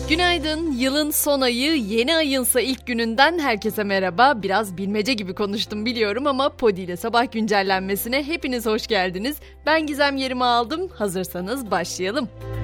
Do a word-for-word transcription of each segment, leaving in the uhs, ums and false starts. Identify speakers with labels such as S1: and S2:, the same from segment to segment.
S1: Günaydın, yılın son ayı, yeni ayınsa ilk gününden herkese merhaba. Biraz bilmece gibi konuştum biliyorum ama Podi ile sabah güncellenmesine hepiniz hoş geldiniz. Ben Gizem, yerimi aldım, hazırsanız başlayalım.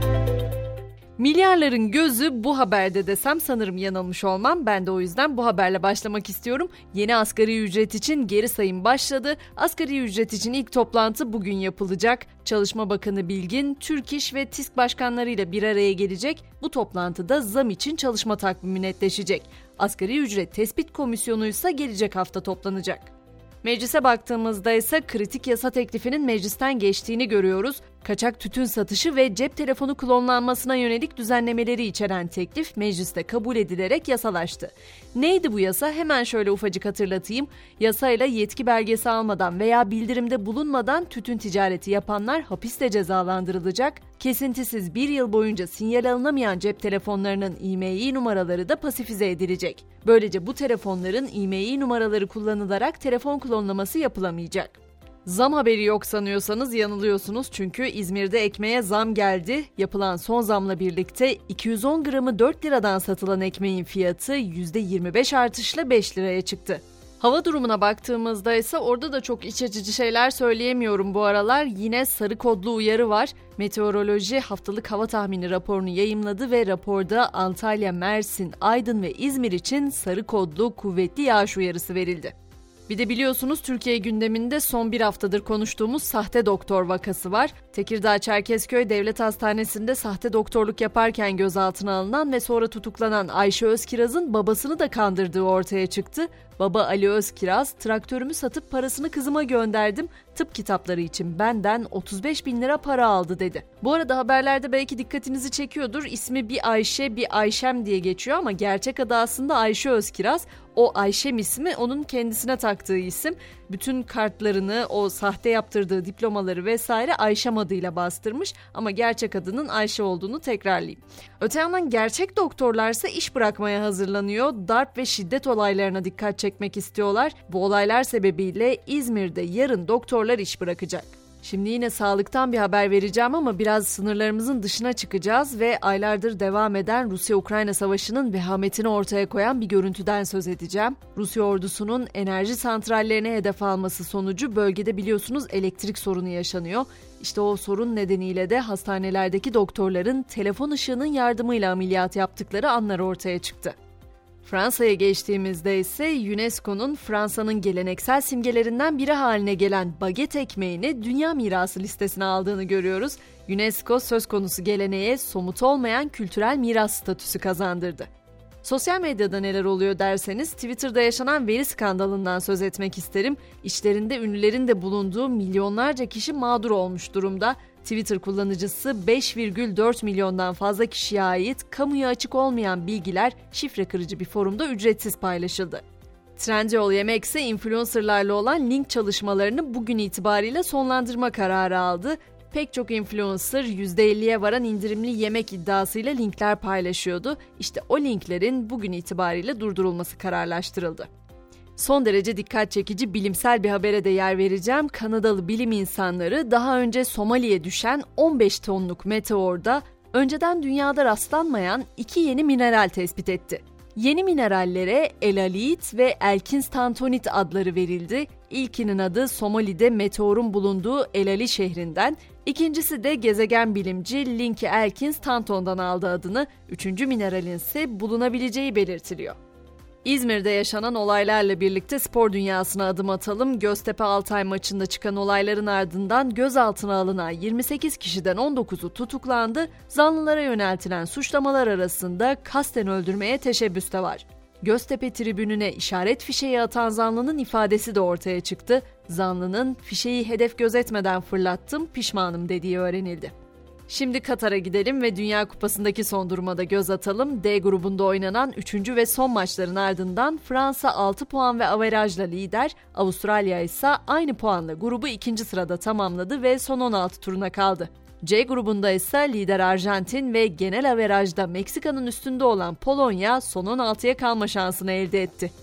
S1: Milyarların gözü bu haberde desem sanırım yanılmış olmam. Ben de o yüzden bu haberle başlamak istiyorum. Yeni asgari ücret için geri sayım başladı. Asgari ücret için ilk toplantı bugün yapılacak. Çalışma Bakanı Bilgin, Türk İş ve TİSK başkanlarıyla bir araya gelecek. Bu toplantıda zam için çalışma takvimi netleşecek. Asgari ücret tespit komisyonu ise gelecek hafta toplanacak. Meclise baktığımızda ise kritik yasa teklifinin meclisten geçtiğini görüyoruz. Kaçak tütün satışı ve cep telefonu klonlanmasına yönelik düzenlemeleri içeren teklif mecliste kabul edilerek yasalaştı. Neydi bu yasa? Hemen şöyle ufacık hatırlatayım. Yasayla yetki belgesi almadan veya bildirimde bulunmadan tütün ticareti yapanlar hapiste cezalandırılacak. Kesintisiz bir yıl boyunca sinyal alınamayan cep telefonlarının İ M İ numaraları da pasifize edilecek. Böylece bu telefonların İ M İ numaraları kullanılarak telefon klonlaması yapılamayacak. Zam haberi yok sanıyorsanız yanılıyorsunuz, çünkü İzmir'de ekmeğe zam geldi. Yapılan son zamla birlikte iki yüz on gramı dört liradan satılan ekmeğin fiyatı yüzde yirmi beş artışla beş liraya çıktı. Hava durumuna baktığımızda ise orada da çok iç açıcı şeyler söyleyemiyorum bu aralar. Yine sarı kodlu uyarı var. Meteoroloji haftalık hava tahmini raporunu yayımladı ve raporda Antalya, Mersin, Aydın ve İzmir için sarı kodlu kuvvetli yağış uyarısı verildi. Bir de biliyorsunuz Türkiye gündeminde son bir haftadır konuştuğumuz sahte doktor vakası var. Tekirdağ Çerkezköy Devlet Hastanesi'nde sahte doktorluk yaparken gözaltına alınan ve sonra tutuklanan Ayşe Özkiraz'ın babasını da kandırdığı ortaya çıktı. Baba Ali Özkiraz, traktörümü satıp parasını kızıma gönderdim, tıp kitapları için benden otuz beş bin lira para aldı dedi. Bu arada haberlerde belki dikkatinizi çekiyordur, ismi bir Ayşe bir Ayşem diye geçiyor ama gerçek adı aslında Ayşe Özkiraz. O Ayşem ismi onun kendisine taktığı isim. Bütün kartlarını, o sahte yaptırdığı diplomaları vesaire Ayşem adıyla bastırmış ama gerçek adının Ayşe olduğunu tekrarlayayım. Öte yandan gerçek doktorlarsa iş bırakmaya hazırlanıyor. Darp ve şiddet olaylarına dikkat çekmek istiyorlar. Bu olaylar sebebiyle İzmir'de yarın doktorlar iş bırakacak. Şimdi yine sağlıktan bir haber vereceğim ama biraz sınırlarımızın dışına çıkacağız ve aylardır devam eden Rusya-Ukrayna savaşının vehametini ortaya koyan bir görüntüden söz edeceğim. Rusya ordusunun enerji santrallerine hedef alması sonucu bölgede biliyorsunuz elektrik sorunu yaşanıyor. İşte o sorun nedeniyle de hastanelerdeki doktorların telefon ışığının yardımıyla ameliyat yaptıkları anlar ortaya çıktı. Fransa'ya geçtiğimizde ise U N E S C O'nun Fransa'nın geleneksel simgelerinden biri haline gelen baget ekmeğini Dünya Mirası listesine aldığını görüyoruz. UNESCO söz konusu geleneğe somut olmayan kültürel miras statüsü kazandırdı. Sosyal medyada neler oluyor derseniz Twitter'da yaşanan veri skandalından söz etmek isterim. İçlerinde ünlülerin de bulunduğu milyonlarca kişi mağdur olmuş durumda. Twitter kullanıcısı beş virgül dört milyondan fazla kişiye ait kamuya açık olmayan bilgiler şifre kırıcı bir forumda ücretsiz paylaşıldı. Trendyol Yemek ise influencerlarla olan link çalışmalarını bugün itibariyle sonlandırma kararı aldı. Pek çok influencer yüzde elliye varan indirimli yemek iddiasıyla linkler paylaşıyordu. İşte o linklerin bugün itibariyle durdurulması kararlaştırıldı. Son derece dikkat çekici bilimsel bir habere de yer vereceğim. Kanadalı bilim insanları daha önce Somali'ye düşen on beş tonluk meteorda önceden dünyada rastlanmayan iki yeni mineral tespit etti. Yeni minerallere elalit ve elkinstantonit adları verildi. İlkinin adı Somali'de meteorun bulunduğu Elali şehrinden, ikincisi de gezegen bilimci Linky Elkinstanton'dan aldı adını, üçüncü mineralin ise bulunabileceği belirtiliyor. İzmir'de yaşanan olaylarla birlikte spor dünyasına adım atalım. Göztepe Altay maçında çıkan olayların ardından gözaltına alınan yirmi sekiz kişiden on dokuzu tutuklandı. Zanlılara yöneltilen suçlamalar arasında kasten öldürmeye teşebbüs de var. Göztepe tribününe işaret fişeği atan zanlının ifadesi de ortaya çıktı. Zanlının fişeği hedef gözetmeden fırlattım, pişmanım dediği öğrenildi. Şimdi Katar'a gidelim ve Dünya Kupası'ndaki son duruma da göz atalım. D grubunda oynanan üçüncü ve son maçların ardından Fransa altı puan ve averajla lider, Avustralya ise aynı puanla grubu ikinci sırada tamamladı ve son on altı turuna kaldı. C grubunda ise lider Arjantin ve genel averajda Meksika'nın üstünde olan Polonya son on altıya kalma şansını elde etti.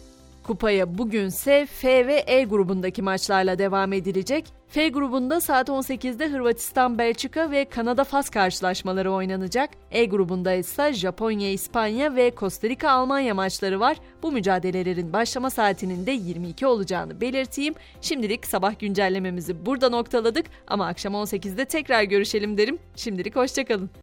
S1: Kupaya bugünse F ve E grubundaki maçlarla devam edilecek. F grubunda saat on sekizde Hırvatistan-Belçika ve Kanada-Fas karşılaşmaları oynanacak. E grubunda ise Japonya-İspanya ve Costa Rica-Almanya maçları var. Bu mücadelelerin başlama saatinin de yirmi iki olacağını belirteyim. Şimdilik sabah güncellememizi burada noktaladık ama akşam on sekizde tekrar görüşelim derim. Şimdilik hoşçakalın.